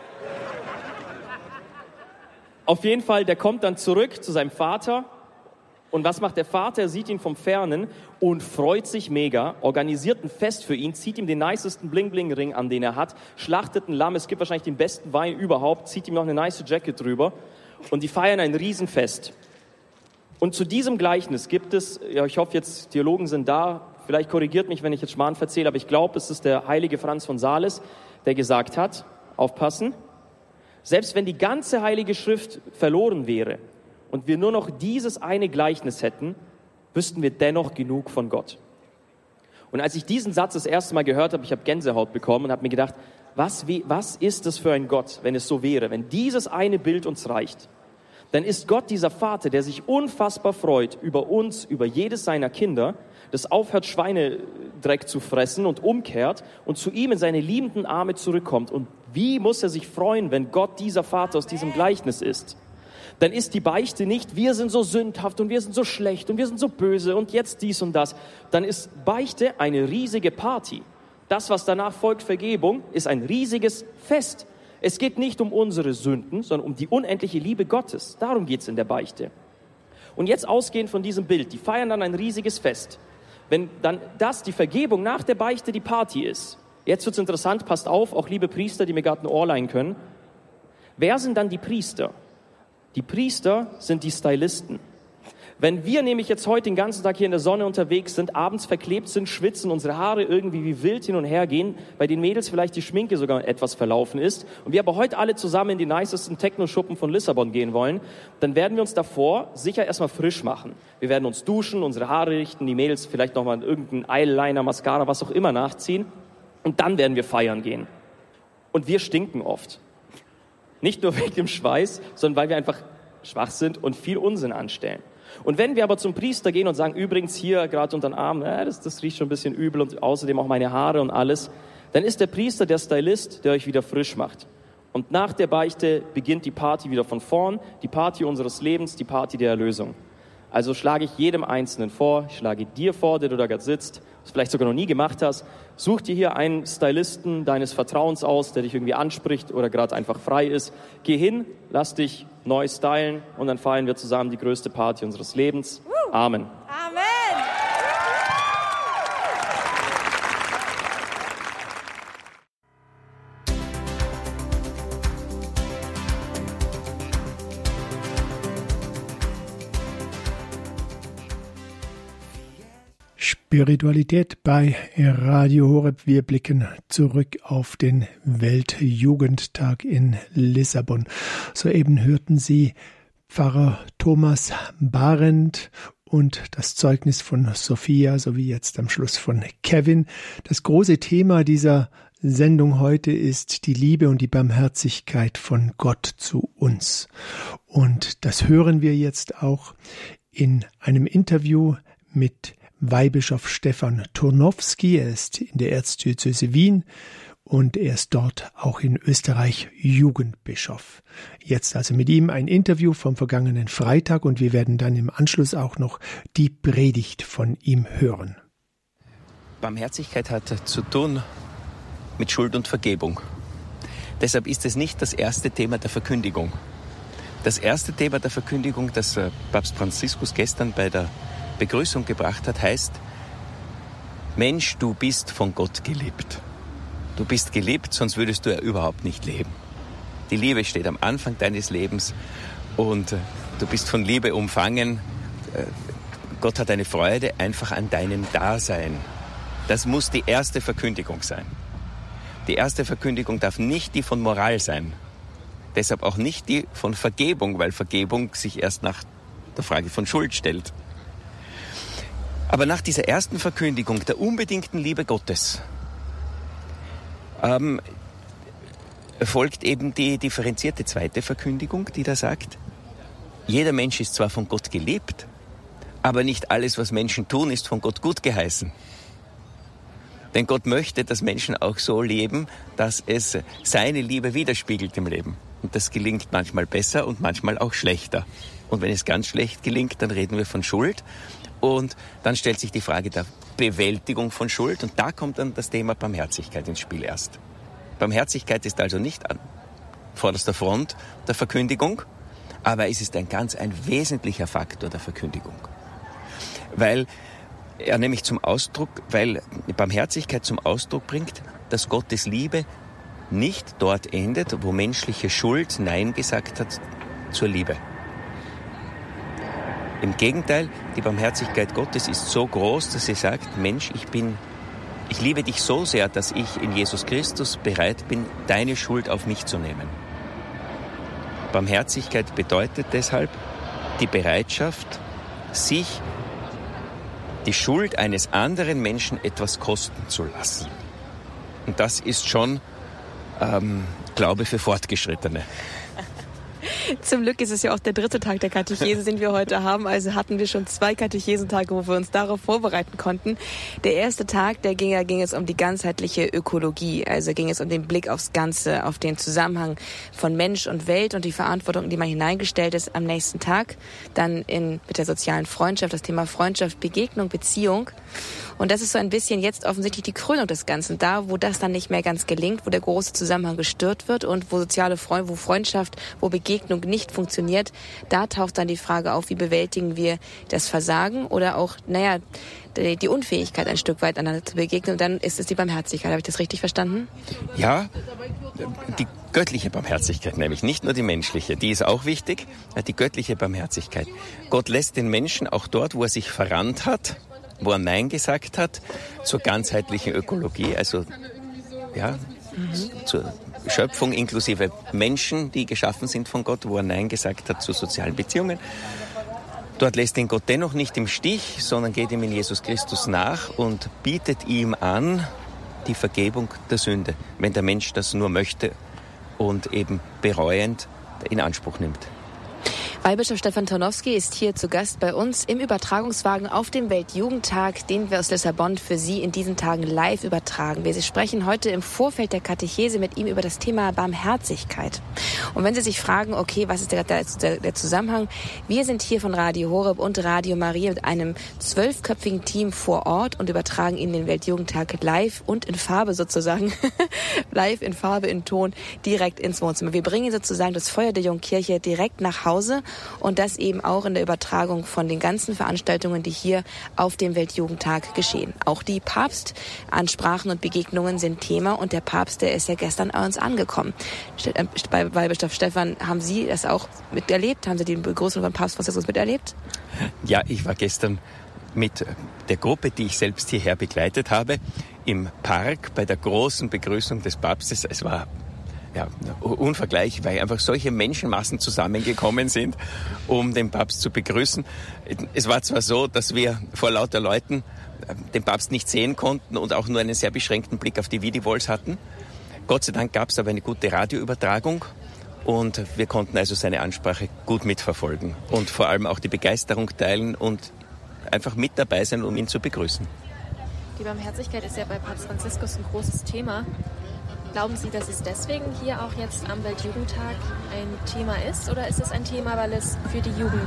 Auf jeden Fall, der kommt dann zurück zu seinem Vater. Und was macht der Vater? Er sieht ihn vom Fernen und freut sich mega, organisiert ein Fest für ihn, zieht ihm den nicesten Bling-Bling-Ring an, den er hat, schlachtet ein Lamm, es gibt wahrscheinlich den besten Wein überhaupt, zieht ihm noch eine nice Jacket drüber und die feiern ein Riesenfest. Und zu diesem Gleichnis gibt es, ja, ich hoffe jetzt, Theologen sind da, vielleicht korrigiert mich, wenn ich jetzt Schmarrn verzähle, aber ich glaube, es ist der heilige Franz von Sales, der gesagt hat, aufpassen, selbst wenn die ganze Heilige Schrift verloren wäre und wir nur noch dieses eine Gleichnis hätten, wüssten wir dennoch genug von Gott. Und als ich diesen Satz das erste Mal gehört habe, ich habe Gänsehaut bekommen und habe mir gedacht, was ist das für ein Gott, wenn es so wäre, wenn dieses eine Bild uns reicht? Dann ist Gott dieser Vater, der sich unfassbar freut über uns, über jedes seiner Kinder, das aufhört, Schweinedreck zu fressen und umkehrt und zu ihm in seine liebenden Arme zurückkommt. Und wie muss er sich freuen, wenn Gott dieser Vater aus diesem Gleichnis ist? Dann ist die Beichte nicht, wir sind so sündhaft und wir sind so schlecht und wir sind so böse und jetzt dies und das. Dann ist Beichte eine riesige Party. Das, was danach folgt, Vergebung, ist ein riesiges Fest. Es geht nicht um unsere Sünden, sondern um die unendliche Liebe Gottes. Darum geht es in der Beichte. Und jetzt ausgehend von diesem Bild, die feiern dann ein riesiges Fest. Wenn dann das, die Vergebung nach der Beichte, die Party ist. Jetzt wird's interessant, passt auf, auch liebe Priester, die mir gerade ein Ohr leihen können. Wer sind dann die Priester? Die Priester sind die Stylisten. Wenn wir nämlich jetzt heute den ganzen Tag hier in der Sonne unterwegs sind, abends verklebt sind, schwitzen, unsere Haare irgendwie wie wild hin und her gehen, bei den Mädels vielleicht die Schminke sogar etwas verlaufen ist und wir aber heute alle zusammen in die nicesten Techno-Schuppen von Lissabon gehen wollen, dann werden wir uns davor sicher erstmal frisch machen. Wir werden uns duschen, unsere Haare richten, die Mädels vielleicht nochmal irgendeinen Eyeliner, Mascara, was auch immer nachziehen und dann werden wir feiern gehen. Und wir stinken oft. Nicht nur wegen dem Schweiß, sondern weil wir einfach schwach sind und viel Unsinn anstellen. Und wenn wir aber zum Priester gehen und sagen, übrigens hier gerade unter den Arm, das riecht schon ein bisschen übel und außerdem auch meine Haare und alles, dann ist der Priester der Stylist, der euch wieder frisch macht. Und nach der Beichte beginnt die Party wieder von vorn, die Party unseres Lebens, die Party der Erlösung. Also schlage ich jedem Einzelnen vor, ich schlage dir vor, der du da gerade sitzt, das vielleicht sogar noch nie gemacht hast, such dir hier einen Stylisten deines Vertrauens aus, der dich irgendwie anspricht oder gerade einfach frei ist. Geh hin, lass dich neu stylen und dann feiern wir zusammen die größte Party unseres Lebens. Amen. Amen. Spiritualität bei Radio Horeb. Wir blicken zurück auf den Weltjugendtag in Lissabon. Soeben hörten Sie Pfarrer Thomas Barend und das Zeugnis von Sophia sowie jetzt am Schluss von Kevin. Das große Thema dieser Sendung heute ist die Liebe und die Barmherzigkeit von Gott zu uns. Und das hören wir jetzt auch in einem Interview mit Weihbischof Stefan Turnowski. Er ist in der Erzdiözese Wien und er ist dort auch in Österreich Jugendbischof. Jetzt also mit ihm ein Interview vom vergangenen Freitag und wir werden dann im Anschluss auch noch die Predigt von ihm hören. Barmherzigkeit hat zu tun mit Schuld und Vergebung. Deshalb ist es nicht das erste Thema der Verkündigung. Das erste Thema der Verkündigung, das Papst Franziskus gestern bei der Begrüßung gebracht hat, heißt: Mensch, du bist von Gott geliebt. Du bist geliebt, sonst würdest du ja überhaupt nicht leben. Die Liebe steht am Anfang deines Lebens und du bist von Liebe umfangen. Gott hat eine Freude einfach an deinem Dasein. Das muss die erste Verkündigung sein. Die erste Verkündigung darf nicht die von Moral sein. Deshalb auch nicht die von Vergebung, weil Vergebung sich erst nach der Frage von Schuld stellt. Aber nach dieser ersten Verkündigung der unbedingten Liebe Gottes folgt eben die differenzierte zweite Verkündigung, die da sagt: Jeder Mensch ist zwar von Gott geliebt, aber nicht alles, was Menschen tun, ist von Gott gut geheißen. Denn Gott möchte, dass Menschen auch so leben, dass es seine Liebe widerspiegelt im Leben. Und das gelingt manchmal besser und manchmal auch schlechter. Und wenn es ganz schlecht gelingt, dann reden wir von Schuld. Und dann stellt sich die Frage der Bewältigung von Schuld. Und da kommt dann das Thema Barmherzigkeit ins Spiel erst. Barmherzigkeit ist also nicht an vorderster Front der Verkündigung, aber es ist ein wesentlicher Faktor der Verkündigung. Weil Barmherzigkeit zum Ausdruck bringt, dass Gottes Liebe nicht dort endet, wo menschliche Schuld Nein gesagt hat zur Liebe. Im Gegenteil, die Barmherzigkeit Gottes ist so groß, dass sie sagt: Mensch, ich liebe dich so sehr, dass ich in Jesus Christus bereit bin, deine Schuld auf mich zu nehmen. Barmherzigkeit bedeutet deshalb die Bereitschaft, sich die Schuld eines anderen Menschen etwas kosten zu lassen. Und das ist schon Glaube für Fortgeschrittene. Zum Glück ist es ja auch der 3. Tag der Katechese, den wir heute haben. Also hatten wir schon 2 Katechesentage, wo wir uns darauf vorbereiten konnten. Der erste Tag, ging es um die ganzheitliche Ökologie. Also ging es um den Blick aufs Ganze, auf den Zusammenhang von Mensch und Welt und die Verantwortung, die man hineingestellt ist. Am nächsten Tag dann mit der sozialen Freundschaft, das Thema Freundschaft, Begegnung, Beziehung. Und das ist so ein bisschen jetzt offensichtlich die Krönung des Ganzen. Da, wo das dann nicht mehr ganz gelingt, wo der große Zusammenhang gestört wird und wo wo Freundschaft, wo Begegnung nicht funktioniert, da taucht dann die Frage auf, wie bewältigen wir das Versagen oder auch, die Unfähigkeit ein Stück weit einander zu begegnen. Und dann ist es die Barmherzigkeit. Habe ich das richtig verstanden? Ja, die göttliche Barmherzigkeit nämlich, nicht nur die menschliche. Die ist auch wichtig, die göttliche Barmherzigkeit. Gott lässt den Menschen auch dort, wo er sich verrannt hat, wo er Nein gesagt hat, zur ganzheitlichen Ökologie, also zur Schöpfung inklusive Menschen, die geschaffen sind von Gott, wo er Nein gesagt hat zu sozialen Beziehungen. Dort lässt ihn Gott dennoch nicht im Stich, sondern geht ihm in Jesus Christus nach und bietet ihm an die Vergebung der Sünde, wenn der Mensch das nur möchte und eben bereuend in Anspruch nimmt. Weihbischof Stefan Tarnowski ist hier zu Gast bei uns im Übertragungswagen auf dem Weltjugendtag, den wir aus Lissabon für Sie in diesen Tagen live übertragen. Wir sprechen heute im Vorfeld der Katechese mit ihm über das Thema Barmherzigkeit. Und wenn Sie sich fragen, okay, was ist der Zusammenhang? Wir sind hier von Radio Horeb und Radio Maria mit einem 12-köpfigen Team vor Ort und übertragen Ihnen den Weltjugendtag live und in Farbe sozusagen, live in Farbe, in Ton, direkt ins Wohnzimmer. Wir bringen sozusagen das Feuer der Jungkirche direkt nach Hause. Und das eben auch in der Übertragung von den ganzen Veranstaltungen, die hier auf dem Weltjugendtag geschehen. Auch die Papstansprachen und Begegnungen sind Thema und der Papst, der ist ja gestern bei uns angekommen. Bei Weihbischof Stefan, haben Sie das auch miterlebt? Haben Sie die Begrüßung von Papst Franziskus miterlebt? Ja, ich war gestern mit der Gruppe, die ich selbst hierher begleitet habe, im Park bei der großen Begrüßung des Papstes. Es war unvergleichlich, weil einfach solche Menschenmassen zusammengekommen sind, um den Papst zu begrüßen. Es war zwar so, dass wir vor lauter Leuten den Papst nicht sehen konnten und auch nur einen sehr beschränkten Blick auf die Videowalls hatten. Gott sei Dank gab es aber eine gute Radioübertragung und wir konnten also seine Ansprache gut mitverfolgen und vor allem auch die Begeisterung teilen und einfach mit dabei sein, um ihn zu begrüßen. Die Barmherzigkeit ist ja bei Papst Franziskus ein großes Thema. Glauben Sie, dass es deswegen hier auch jetzt am Weltjugendtag ein Thema ist oder ist es ein Thema, weil es für die Jugend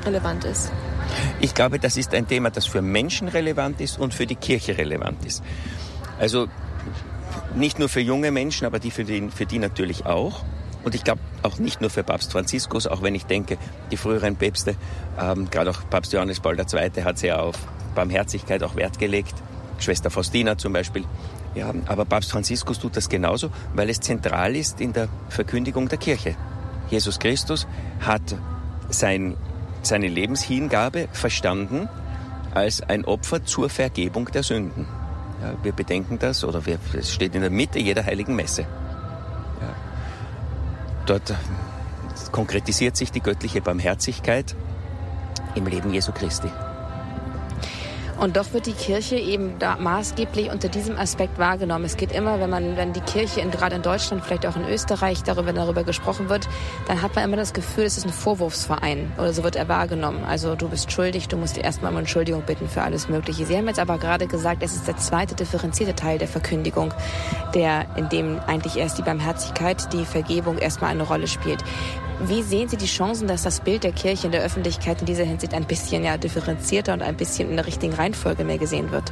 relevant ist? Ich glaube, das ist ein Thema, das für Menschen relevant ist und für die Kirche relevant ist. Also nicht nur für junge Menschen, aber für die natürlich auch. Und ich glaube auch nicht nur für Papst Franziskus, auch wenn ich denke, die früheren Päpste, gerade auch Papst Johannes Paul II. Hat sehr auf Barmherzigkeit auch Wert gelegt. Schwester Faustina zum Beispiel. Ja, aber Papst Franziskus tut das genauso, weil es zentral ist in der Verkündigung der Kirche. Jesus Christus hat seine Lebenshingabe verstanden als ein Opfer zur Vergebung der Sünden. Ja, wir bedenken das, es steht in der Mitte jeder heiligen Messe. Ja. Dort konkretisiert sich die göttliche Barmherzigkeit im Leben Jesu Christi. Und doch wird die Kirche eben da maßgeblich unter diesem Aspekt wahrgenommen. Es geht immer, wenn die Kirche gerade in Deutschland, vielleicht auch in Österreich, wenn darüber gesprochen wird, dann hat man immer das Gefühl, es ist ein Vorwurfsverein oder so wird er wahrgenommen. Also du bist schuldig, du musst dir erstmal um Entschuldigung bitten für alles Mögliche. Sie haben jetzt aber gerade gesagt, es ist der zweite differenzierte Teil der Verkündigung, in dem eigentlich erst die Barmherzigkeit, die Vergebung erstmal eine Rolle spielt. Wie sehen Sie die Chancen, dass das Bild der Kirche in der Öffentlichkeit in dieser Hinsicht ein bisschen differenzierter und ein bisschen in der richtigen Reihenfolge mehr gesehen wird?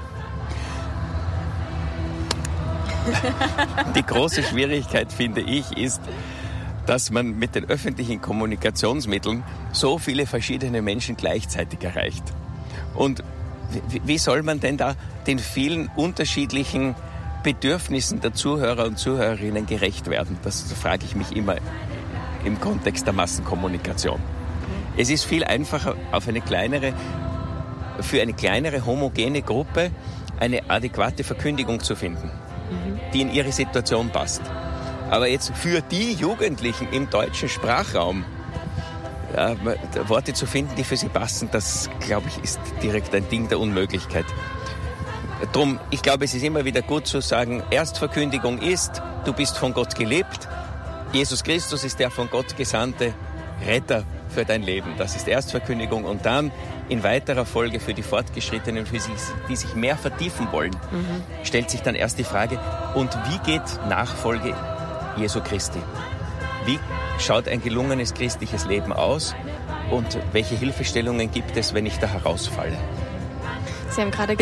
Die große Schwierigkeit, finde ich, ist, dass man mit den öffentlichen Kommunikationsmitteln so viele verschiedene Menschen gleichzeitig erreicht. Und wie soll man denn da den vielen unterschiedlichen Bedürfnissen der Zuhörer und Zuhörerinnen gerecht werden? Das frage ich mich immer im Kontext der Massenkommunikation. Es ist viel einfacher, für eine kleinere homogene Gruppe eine adäquate Verkündigung zu finden, die in ihre Situation passt. Aber jetzt für die Jugendlichen im deutschen Sprachraum Worte zu finden, die für sie passen, das, glaube ich, ist direkt ein Ding der Unmöglichkeit. Drum, ich glaube, es ist immer wieder gut zu sagen, Erstverkündigung ist, du bist von Gott geliebt, Jesus Christus ist der von Gott gesandte Retter für dein Leben. Das ist Erstverkündigung. Und dann in weiterer Folge für die Fortgeschrittenen, die sich mehr vertiefen wollen, stellt sich dann erst die Frage, und wie geht Nachfolge Jesu Christi? Wie schaut ein gelungenes christliches Leben aus? Und welche Hilfestellungen gibt es, wenn ich da herausfalle? Sie haben gerade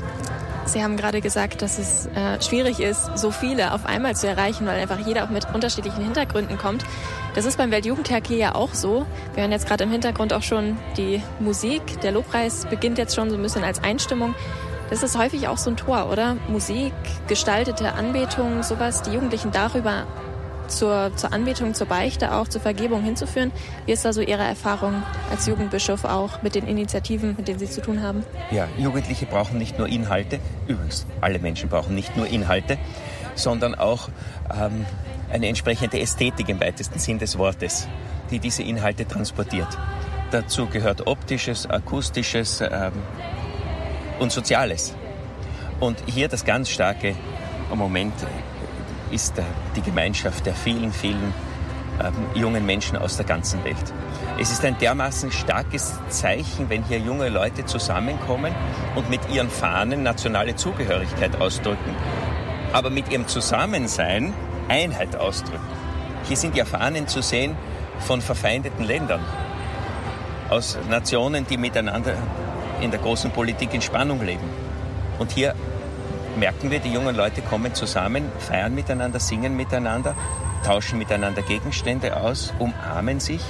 gesagt, dass es schwierig ist, so viele auf einmal zu erreichen, weil einfach jeder auch mit unterschiedlichen Hintergründen kommt. Das ist beim Weltjugendtag hier ja auch so. Wir hören jetzt gerade im Hintergrund auch schon die Musik. Der Lobpreis beginnt jetzt schon so ein bisschen als Einstimmung. Das ist häufig auch so ein Tor, oder? Musik, gestaltete Anbetung, sowas, die Jugendlichen darüber zur Anbetung, zur Beichte auch, zur Vergebung hinzuführen. Wie ist da so Ihre Erfahrung als Jugendbischof auch mit den Initiativen, mit denen Sie zu tun haben? Ja, Jugendliche brauchen nicht nur Inhalte, übrigens alle Menschen brauchen nicht nur Inhalte, sondern auch eine entsprechende Ästhetik im weitesten Sinn des Wortes, die diese Inhalte transportiert. Dazu gehört Optisches, Akustisches und Soziales. Und hier das ganz starke Moment ist die Gemeinschaft der vielen, vielen jungen Menschen aus der ganzen Welt. Es ist ein dermaßen starkes Zeichen, wenn hier junge Leute zusammenkommen und mit ihren Fahnen nationale Zugehörigkeit ausdrücken, aber mit ihrem Zusammensein Einheit ausdrücken. Hier sind ja Fahnen zu sehen von verfeindeten Ländern, aus Nationen, die miteinander in der großen Politik in Spannung leben. Und hier merken wir, die jungen Leute kommen zusammen, feiern miteinander, singen miteinander, tauschen miteinander Gegenstände aus, umarmen sich.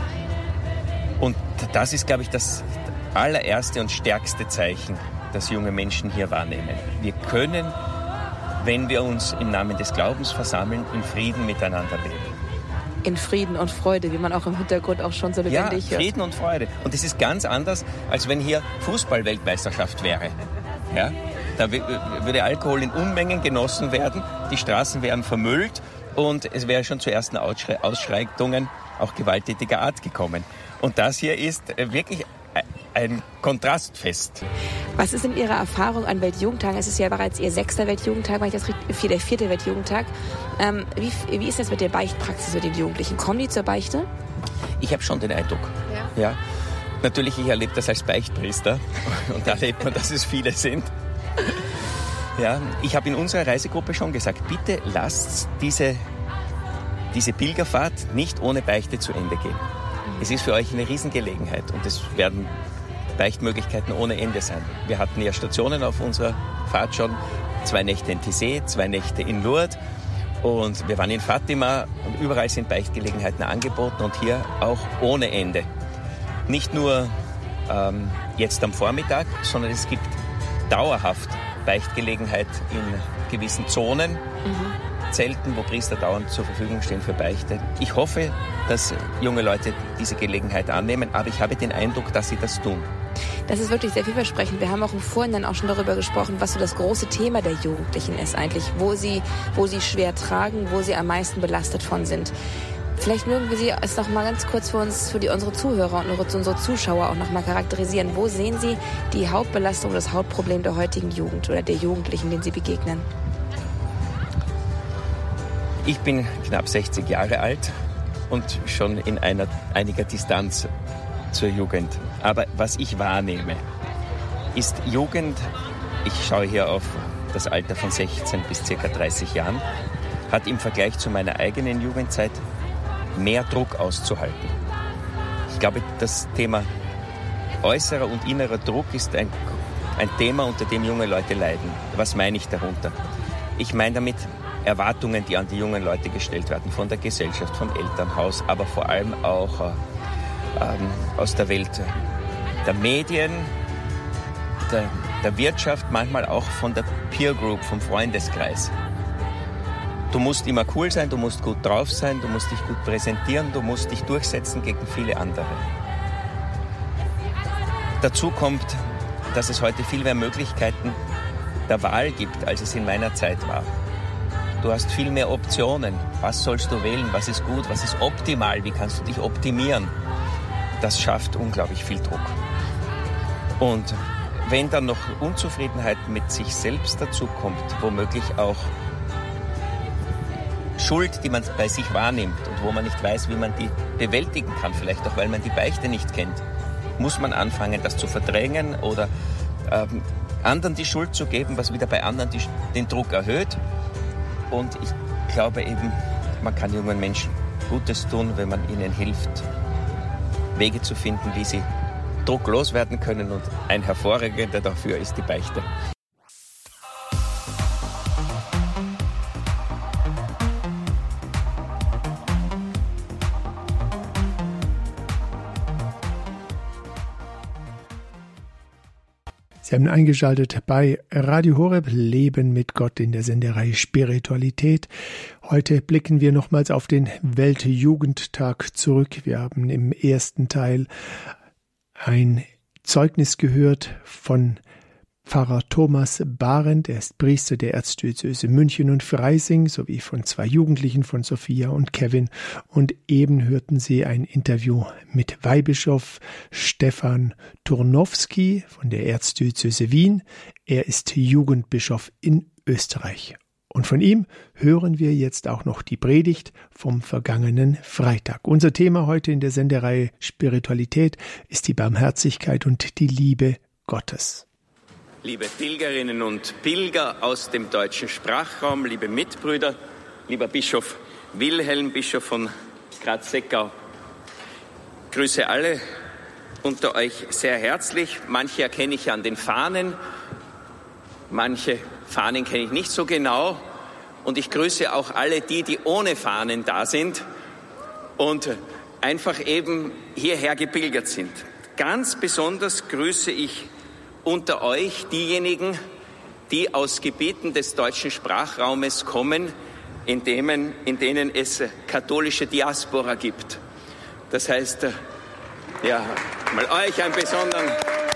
Und das ist, glaube ich, das allererste und stärkste Zeichen, das junge Menschen hier wahrnehmen. Wir können, wenn wir uns im Namen des Glaubens versammeln, in Frieden miteinander leben. In Frieden und Freude, wie man auch im Hintergrund auch schon so lebendig hört. Ja, Frieden und Freude. Und es ist ganz anders, als wenn hier Fußball-Weltmeisterschaft wäre. Ja? Da würde Alkohol in Unmengen genossen werden, die Straßen wären vermüllt und es wäre schon zu ersten Ausschreitungen auch gewalttätiger Art gekommen. Und das hier ist wirklich ein Kontrastfest. Was ist in Ihrer Erfahrung an Weltjugendtagen? Es ist ja bereits Ihr 6. Weltjugendtag, der 4. Weltjugendtag. Wie ist das mit der Beichtpraxis mit den Jugendlichen? Kommen die zur Beichte? Ich habe schon den Eindruck. Ja. Natürlich, ich erlebe das als Beichtpriester und da erlebt man, dass es viele sind. Ja, ich habe in unserer Reisegruppe schon gesagt, bitte lasst diese Pilgerfahrt nicht ohne Beichte zu Ende gehen. Es ist für euch eine Riesengelegenheit und es werden Beichtmöglichkeiten ohne Ende sein. Wir hatten ja Stationen auf unserer Fahrt schon, 2 Nächte in Tizé, 2 Nächte in Lourdes und wir waren in Fatima und überall sind Beichtgelegenheiten angeboten und hier auch ohne Ende. Nicht nur jetzt am Vormittag, sondern es gibt dauerhaft Beichtgelegenheit in gewissen Zonen, Zelten, wo Priester dauernd zur Verfügung stehen für Beichte. Ich hoffe, dass junge Leute diese Gelegenheit annehmen, aber ich habe den Eindruck, dass sie das tun. Das ist wirklich sehr vielversprechend. Wir haben auch im Vorhinein auch schon darüber gesprochen, was so das große Thema der Jugendlichen ist eigentlich, wo sie schwer tragen, wo sie am meisten belastet von sind. Vielleicht mögen wir Sie es noch mal ganz kurz für unsere Zuhörer und unsere Zuschauer auch noch mal charakterisieren. Wo sehen Sie die Hauptbelastung, das Hauptproblem der heutigen Jugend oder der Jugendlichen, denen Sie begegnen? Ich bin knapp 60 Jahre alt und schon in einiger Distanz zur Jugend. Aber was ich wahrnehme, ist Jugend, ich schaue hier auf das Alter von 16 bis ca. 30 Jahren, hat im Vergleich zu meiner eigenen Jugendzeit mehr Druck auszuhalten. Ich glaube, das Thema äußerer und innerer Druck ist ein Thema, unter dem junge Leute leiden. Was meine ich darunter? Ich meine damit Erwartungen, die an die jungen Leute gestellt werden, von der Gesellschaft, vom Elternhaus, aber vor allem auch aus der Welt der Medien, der Wirtschaft, manchmal auch von der Peer Group, vom Freundeskreis. Du musst immer cool sein, du musst gut drauf sein, du musst dich gut präsentieren, du musst dich durchsetzen gegen viele andere. Dazu kommt, dass es heute viel mehr Möglichkeiten der Wahl gibt, als es in meiner Zeit war. Du hast viel mehr Optionen. Was sollst du wählen? Was ist gut? Was ist optimal? Wie kannst du dich optimieren? Das schafft unglaublich viel Druck. Und wenn dann noch Unzufriedenheit mit sich selbst dazu kommt, womöglich auch Schuld, die man bei sich wahrnimmt und wo man nicht weiß, wie man die bewältigen kann, vielleicht auch, weil man die Beichte nicht kennt, muss man anfangen, das zu verdrängen oder anderen die Schuld zu geben, was wieder bei anderen den Druck erhöht. Und ich glaube eben, man kann jungen Menschen Gutes tun, wenn man ihnen hilft, Wege zu finden, wie sie drucklos werden können. Und ein hervorragender dafür ist die Beichte. Sie haben eingeschaltet bei Radio Horeb, Leben mit Gott in der Sendereihe Spiritualität. Heute blicken wir nochmals auf den Weltjugendtag zurück. Wir haben im ersten Teil ein Zeugnis gehört von Pfarrer Thomas Barend, er ist Priester der Erzdiözese München und Freising, sowie von 2 Jugendlichen, von Sophia und Kevin. Und eben hörten Sie ein Interview mit Weihbischof Stefan Turnowski von der Erzdiözese Wien. Er ist Jugendbischof in Österreich. Und von ihm hören wir jetzt auch noch die Predigt vom vergangenen Freitag. Unser Thema heute in der Sendereihe Spiritualität ist die Barmherzigkeit und die Liebe Gottes. Liebe Pilgerinnen und Pilger aus dem deutschen Sprachraum, liebe Mitbrüder, lieber Bischof Wilhelm, Bischof von Graz-Seckau, grüße alle unter euch sehr herzlich. Manche erkenne ich an den Fahnen, manche Fahnen kenne ich nicht so genau. Und ich grüße auch alle die ohne Fahnen da sind und einfach eben hierher gepilgert sind. Ganz besonders grüße ich unter euch diejenigen, die aus Gebieten des deutschen Sprachraumes kommen, in denen es katholische Diaspora gibt. Das heißt, ja, mal euch einen besonderen...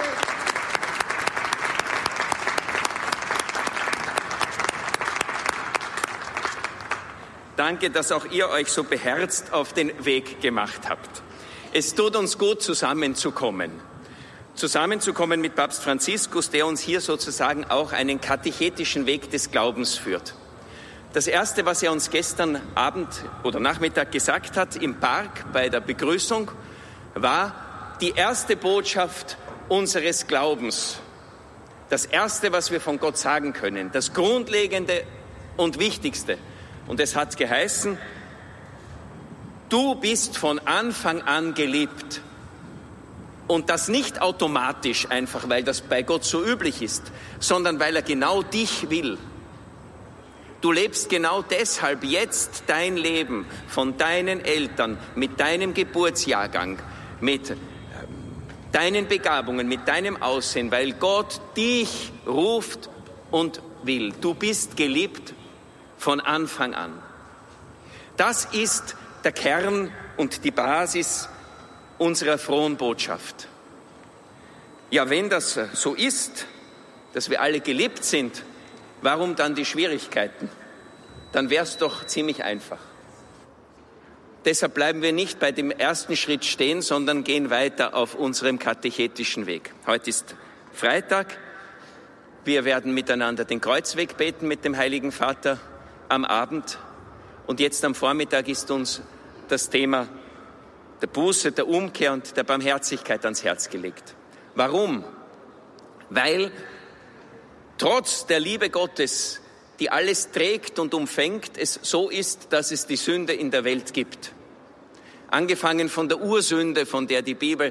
Danke, dass auch ihr euch so beherzt auf den Weg gemacht habt. Es tut uns gut, zusammenzukommen mit Papst Franziskus, der uns hier sozusagen auch einen katechetischen Weg des Glaubens führt. Das Erste, was er uns gestern Abend oder Nachmittag gesagt hat im Park bei der Begrüßung, war die erste Botschaft unseres Glaubens. Das Erste, was wir von Gott sagen können, das Grundlegende und Wichtigste. Und es hat geheißen, Du bist von Anfang an geliebt. Und das nicht automatisch einfach, weil das bei Gott so üblich ist, sondern weil er genau dich will. Du lebst genau deshalb jetzt dein Leben von deinen Eltern, mit deinem Geburtsjahrgang, mit deinen Begabungen, mit deinem Aussehen, weil Gott dich ruft und will. Du bist geliebt von Anfang an. Das ist der Kern und die Basis unserer frohen Botschaft. Ja, wenn das so ist, dass wir alle geliebt sind, warum dann die Schwierigkeiten? Dann wäre es doch ziemlich einfach. Deshalb bleiben wir nicht bei dem ersten Schritt stehen, sondern gehen weiter auf unserem katechetischen Weg. Heute ist Freitag. Wir werden miteinander den Kreuzweg beten mit dem Heiligen Vater am Abend. Und jetzt am Vormittag ist uns das Thema der Buße, der Umkehr und der Barmherzigkeit ans Herz gelegt. Warum? Weil trotz der Liebe Gottes, die alles trägt und umfängt, es so ist, dass es die Sünde in der Welt gibt. Angefangen von der Ursünde, von der die Bibel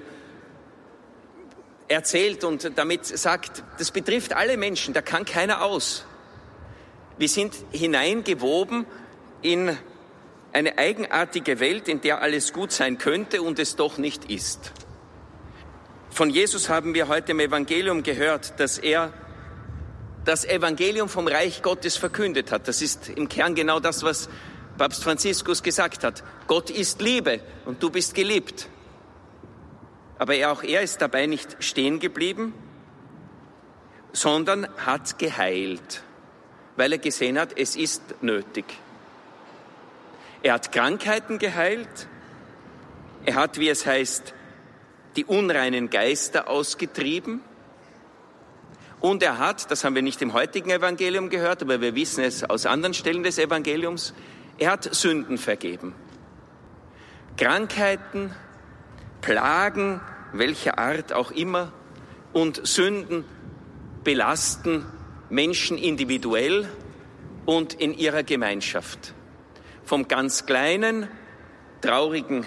erzählt und damit sagt, das betrifft alle Menschen, da kann keiner aus. Wir sind hineingewoben in eine eigenartige Welt, in der alles gut sein könnte und es doch nicht ist. Von Jesus haben wir heute im Evangelium gehört, dass er das Evangelium vom Reich Gottes verkündet hat. Das ist im Kern genau das, was Papst Franziskus gesagt hat. Gott ist Liebe und du bist geliebt. Aber auch er ist dabei nicht stehen geblieben, sondern hat geheilt, weil er gesehen hat, es ist nötig. Er hat Krankheiten geheilt. Er hat, wie es heißt, die unreinen Geister ausgetrieben. Und er hat, das haben wir nicht im heutigen Evangelium gehört, aber wir wissen es aus anderen Stellen des Evangeliums, er hat Sünden vergeben. Krankheiten, Plagen, welcher Art auch immer, und Sünden belasten Menschen individuell und in ihrer Gemeinschaft. Vom ganz kleinen, traurigen,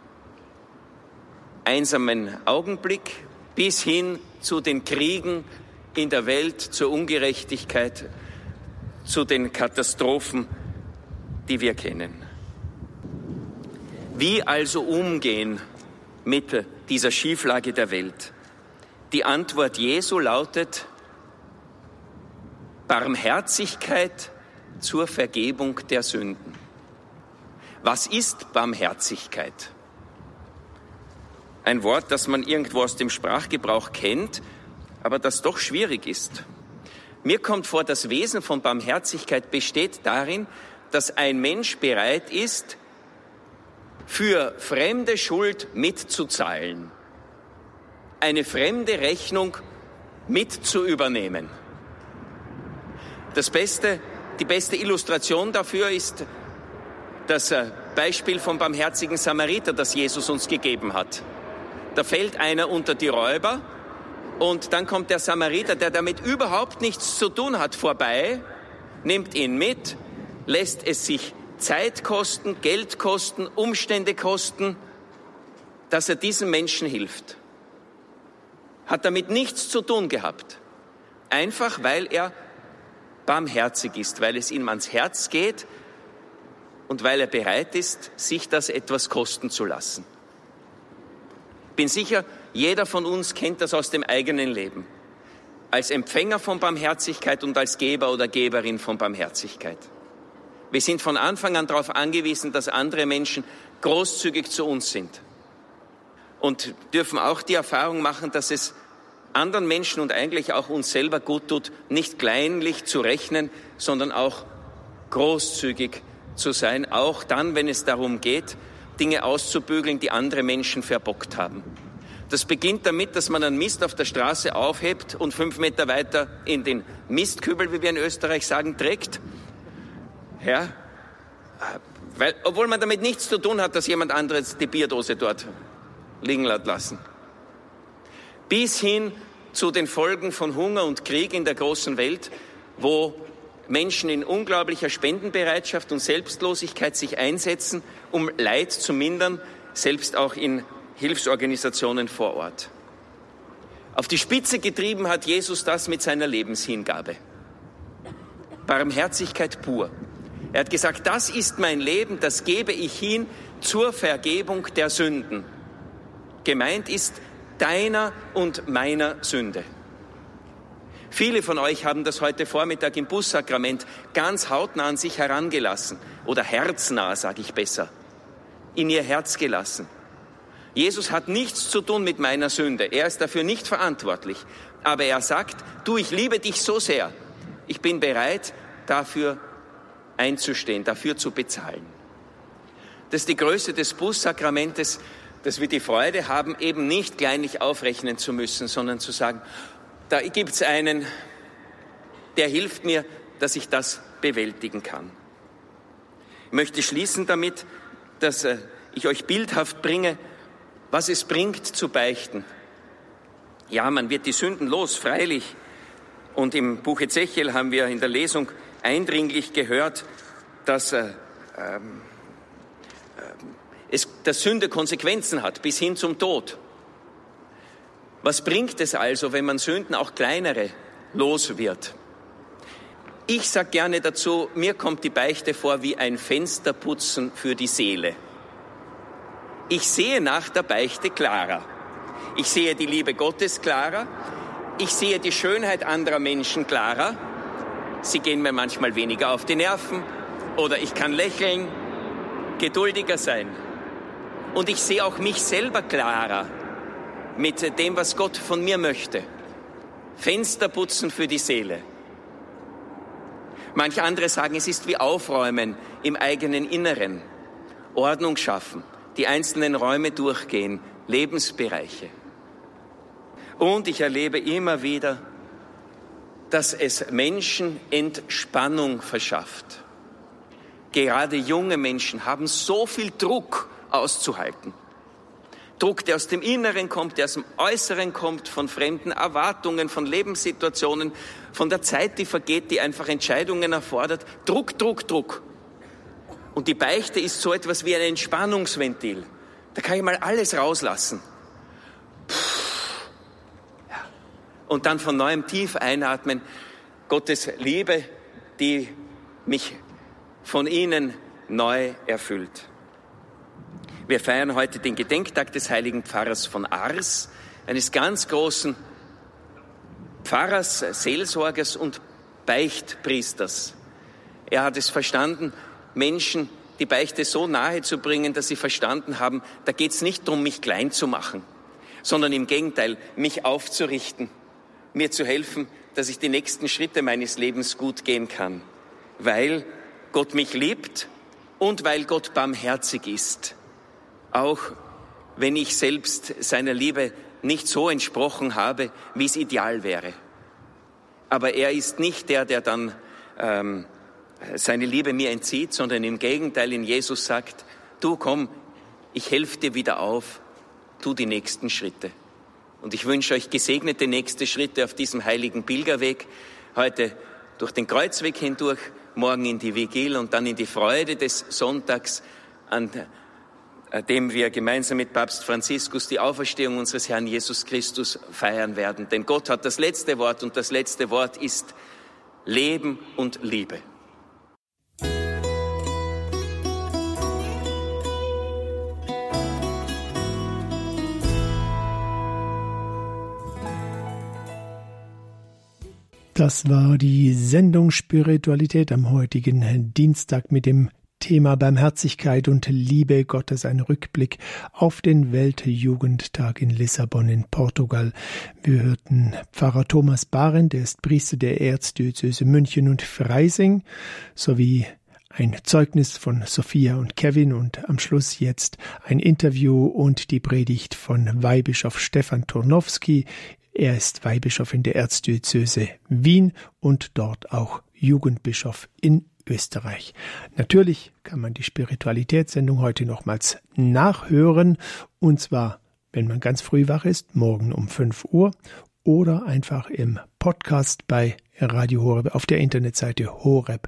einsamen Augenblick bis hin zu den Kriegen in der Welt, zur Ungerechtigkeit, zu den Katastrophen, die wir kennen. Wie also umgehen mit dieser Schieflage der Welt? Die Antwort Jesu lautet: Barmherzigkeit zur Vergebung der Sünden. Was ist Barmherzigkeit? Ein Wort, das man irgendwo aus dem Sprachgebrauch kennt, aber das doch schwierig ist. Mir kommt vor, das Wesen von Barmherzigkeit besteht darin, dass ein Mensch bereit ist, für fremde Schuld mitzuzahlen, eine fremde Rechnung mit zu übernehmen. Die beste Illustration dafür ist das Beispiel vom barmherzigen Samariter, das Jesus uns gegeben hat. Da fällt einer unter die Räuber und dann kommt der Samariter, der damit überhaupt nichts zu tun hat, vorbei, nimmt ihn mit, lässt es sich Zeit kosten, Geld kosten, Umstände kosten, dass er diesem Menschen hilft. Hat damit nichts zu tun gehabt. Einfach, weil er barmherzig ist, weil es ihm ans Herz geht und weil er bereit ist, sich das etwas kosten zu lassen. Ich bin sicher, jeder von uns kennt das aus dem eigenen Leben. Als Empfänger von Barmherzigkeit und als Geber oder Geberin von Barmherzigkeit. Wir sind von Anfang an darauf angewiesen, dass andere Menschen großzügig zu uns sind. Und dürfen auch die Erfahrung machen, dass es anderen Menschen und eigentlich auch uns selber gut tut, nicht kleinlich zu rechnen, sondern auch großzügig zu sein, auch dann, wenn es darum geht, Dinge auszubügeln, die andere Menschen verbockt haben. Das beginnt damit, dass man einen Mist auf der Straße aufhebt und 5 Meter weiter in den Mistkübel, wie wir in Österreich sagen, trägt. Ja, obwohl man damit nichts zu tun hat, dass jemand anderes die Bierdose dort liegen hat lassen. Bis hin zu den Folgen von Hunger und Krieg in der großen Welt, wo Menschen in unglaublicher Spendenbereitschaft und Selbstlosigkeit sich einsetzen, um Leid zu mindern, selbst auch in Hilfsorganisationen vor Ort. Auf die Spitze getrieben hat Jesus das mit seiner Lebenshingabe. Barmherzigkeit pur. Er hat gesagt, das ist mein Leben, das gebe ich hin zur Vergebung der Sünden. Gemeint ist deiner und meiner Sünde. Viele von euch haben das heute Vormittag im Bussakrament ganz hautnah an sich herangelassen oder herznah, sage ich besser, in ihr Herz gelassen. Jesus hat nichts zu tun mit meiner Sünde. Er ist dafür nicht verantwortlich. Aber er sagt, du, ich liebe dich so sehr. Ich bin bereit, dafür einzustehen, dafür zu bezahlen. Das ist die Größe des Bußsakramentes, dass wir die Freude haben, eben nicht kleinlich aufrechnen zu müssen, sondern zu sagen, da gibt es einen, der hilft mir, dass ich das bewältigen kann. Ich möchte schließen damit, dass ich euch bildhaft bringe, was es bringt zu beichten. Ja, man wird die Sünden los, freilich. Und im Buch Ezechiel haben wir in der Lesung eindringlich gehört, dass Sünde Konsequenzen hat, bis hin zum Tod. Was bringt es also, wenn man Sünden, auch kleinere, los wird? Ich sage gerne dazu, mir kommt die Beichte vor wie ein Fensterputzen für die Seele. Ich sehe nach der Beichte klarer. Ich sehe die Liebe Gottes klarer. Ich sehe die Schönheit anderer Menschen klarer. Sie gehen mir manchmal weniger auf die Nerven. Oder ich kann lächeln, geduldiger sein. Und ich sehe auch mich selber klarer mit dem, was Gott von mir möchte. Fensterputzen für die Seele. Manche andere sagen, es ist wie Aufräumen im eigenen Inneren. Ordnung schaffen, die einzelnen Räume durchgehen, Lebensbereiche. Und ich erlebe immer wieder, dass es Menschen Entspannung verschafft. Gerade junge Menschen haben so viel Druck auszuhalten. Druck, der aus dem Inneren kommt, der aus dem Äußeren kommt, von fremden Erwartungen, von Lebenssituationen, von der Zeit, die vergeht, die einfach Entscheidungen erfordert. Druck, Druck, Druck. Und die Beichte ist so etwas wie ein Entspannungsventil. Da kann ich mal alles rauslassen. Ja. Und dann von neuem tief einatmen. Gottes Liebe, die mich von innen neu erfüllt. Wir feiern heute den Gedenktag des heiligen Pfarrers von Ars, eines ganz großen Pfarrers, Seelsorgers und Beichtpriesters. Er hat es verstanden, Menschen die Beichte so nahe zu bringen, dass sie verstanden haben, da geht es nicht darum, mich klein zu machen, sondern im Gegenteil, mich aufzurichten, mir zu helfen, dass ich die nächsten Schritte meines Lebens gut gehen kann, weil Gott mich liebt und weil Gott barmherzig ist. Auch wenn ich selbst seiner Liebe nicht so entsprochen habe, wie es ideal wäre. Aber er ist nicht der dann seine Liebe mir entzieht, sondern im Gegenteil in Jesus sagt, du komm, ich helfe dir wieder auf, tu die nächsten Schritte. Und ich wünsche euch gesegnete nächste Schritte auf diesem heiligen Pilgerweg, heute durch den Kreuzweg hindurch, morgen in die Vigil und dann in die Freude des Sonntags, an dem wir gemeinsam mit Papst Franziskus die Auferstehung unseres Herrn Jesus Christus feiern werden. Denn Gott hat das letzte Wort und das letzte Wort ist Leben und Liebe. Das war die Sendung Spiritualität am heutigen Dienstag mit dem Thema Barmherzigkeit und Liebe Gottes, ein Rückblick auf den Weltjugendtag in Lissabon in Portugal. Wir hörten Pfarrer Thomas Barendt, der ist Priester der Erzdiözese München und Freising, sowie ein Zeugnis von Sophia und Kevin und am Schluss jetzt ein Interview und die Predigt von Weihbischof Stefan Tornowski. Er ist Weihbischof in der Erzdiözese Wien und dort auch Jugendbischof in Österreich. Natürlich kann man die Spiritualitätssendung heute nochmals nachhören, und zwar, wenn man ganz früh wach ist, morgen um 5 Uhr oder einfach im Podcast bei Radio Horeb auf der Internetseite horeb.org.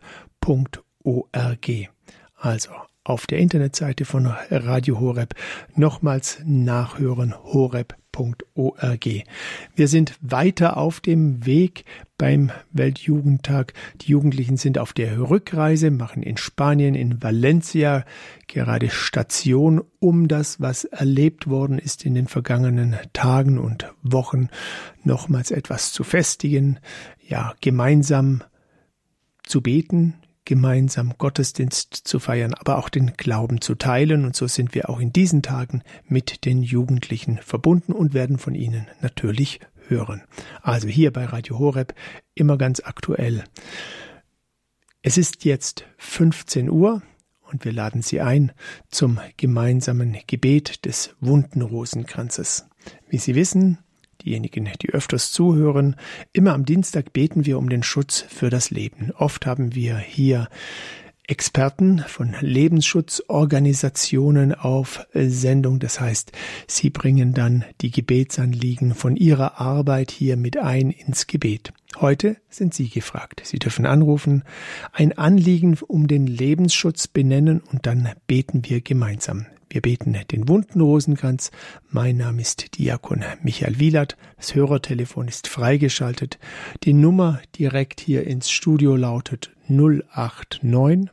Also auf der Internetseite von Radio Horeb nochmals nachhören, horeb.org. Wir sind weiter auf dem Weg beim Weltjugendtag. Die Jugendlichen sind auf der Rückreise, machen in Spanien, in Valencia gerade Station, um das, was erlebt worden ist in den vergangenen Tagen und Wochen, nochmals etwas zu festigen, ja, gemeinsam zu beten, gemeinsam Gottesdienst zu feiern, aber auch den Glauben zu teilen. Und so sind wir auch in diesen Tagen mit den Jugendlichen verbunden und werden von ihnen natürlich hören. Also hier bei Radio Horeb immer ganz aktuell. Es ist jetzt 15 Uhr und wir laden Sie ein zum gemeinsamen Gebet des wunden Rosenkranzes. Wie Sie wissen, diejenigen, die öfters zuhören, immer am Dienstag beten wir um den Schutz für das Leben. Oft haben wir hier Experten von Lebensschutzorganisationen auf Sendung. Das heißt, sie bringen dann die Gebetsanliegen von ihrer Arbeit hier mit ein ins Gebet. Heute sind Sie gefragt. Sie dürfen anrufen, ein Anliegen um den Lebensschutz benennen und dann beten wir gemeinsam. Wir beten den wunden Rosenkranz. Mein Name ist Diakon Michael Wielert. Das Hörertelefon ist freigeschaltet. Die Nummer direkt hier ins Studio lautet 089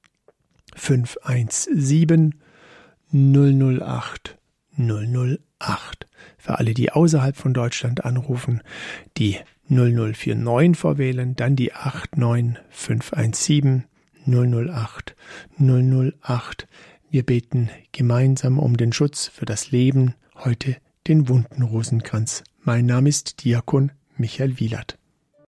517 008 008. Für alle, die außerhalb von Deutschland anrufen, die 0049 vorwählen, dann die 89 517 008 008. Wir beten gemeinsam um den Schutz für das Leben, heute den wunden Rosenkranz. Mein Name ist Diakon Michael Wielert.